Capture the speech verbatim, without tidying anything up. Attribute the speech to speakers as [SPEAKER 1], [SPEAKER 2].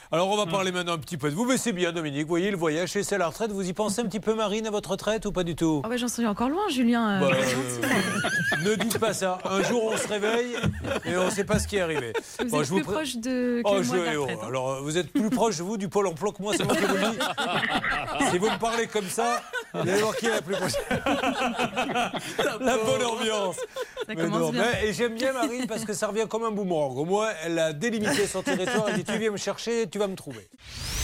[SPEAKER 1] Alors, on va parler maintenant un petit peu de vous, mais c'est bien, Dominique. Vous voyez, le voyage, c'est à la retraite. Vous y pensez un petit peu, Marine, à votre retraite ou pas du tout?
[SPEAKER 2] Oh bah, j'en suis encore loin, Julien.
[SPEAKER 1] Bah, euh, ne dites pas ça. Un jour, on se réveille et on ne sait pas ce qui est arrivé.
[SPEAKER 2] Vous
[SPEAKER 1] Bon,
[SPEAKER 2] êtes
[SPEAKER 1] je vous
[SPEAKER 2] plus
[SPEAKER 1] pré...
[SPEAKER 2] proche de que
[SPEAKER 1] oh,
[SPEAKER 2] moi
[SPEAKER 1] je...
[SPEAKER 2] de la
[SPEAKER 1] oh,
[SPEAKER 2] retraite. Hein.
[SPEAKER 1] Alors, vous êtes plus proche, vous, du Pôle emploi que moi, c'est moi qui vous le dis. Si vous me parlez comme ça, vous allez voir qui est la plus proche. La bonne ambiance.
[SPEAKER 2] Ça
[SPEAKER 1] Mais
[SPEAKER 2] commence
[SPEAKER 1] non,
[SPEAKER 2] bien.
[SPEAKER 1] mais- et j'aime bien Marine parce que ça revient comme un boomerang. Au moins, elle a délimité son territoire. Elle dit, tu viens me chercher, tu vas me trouver.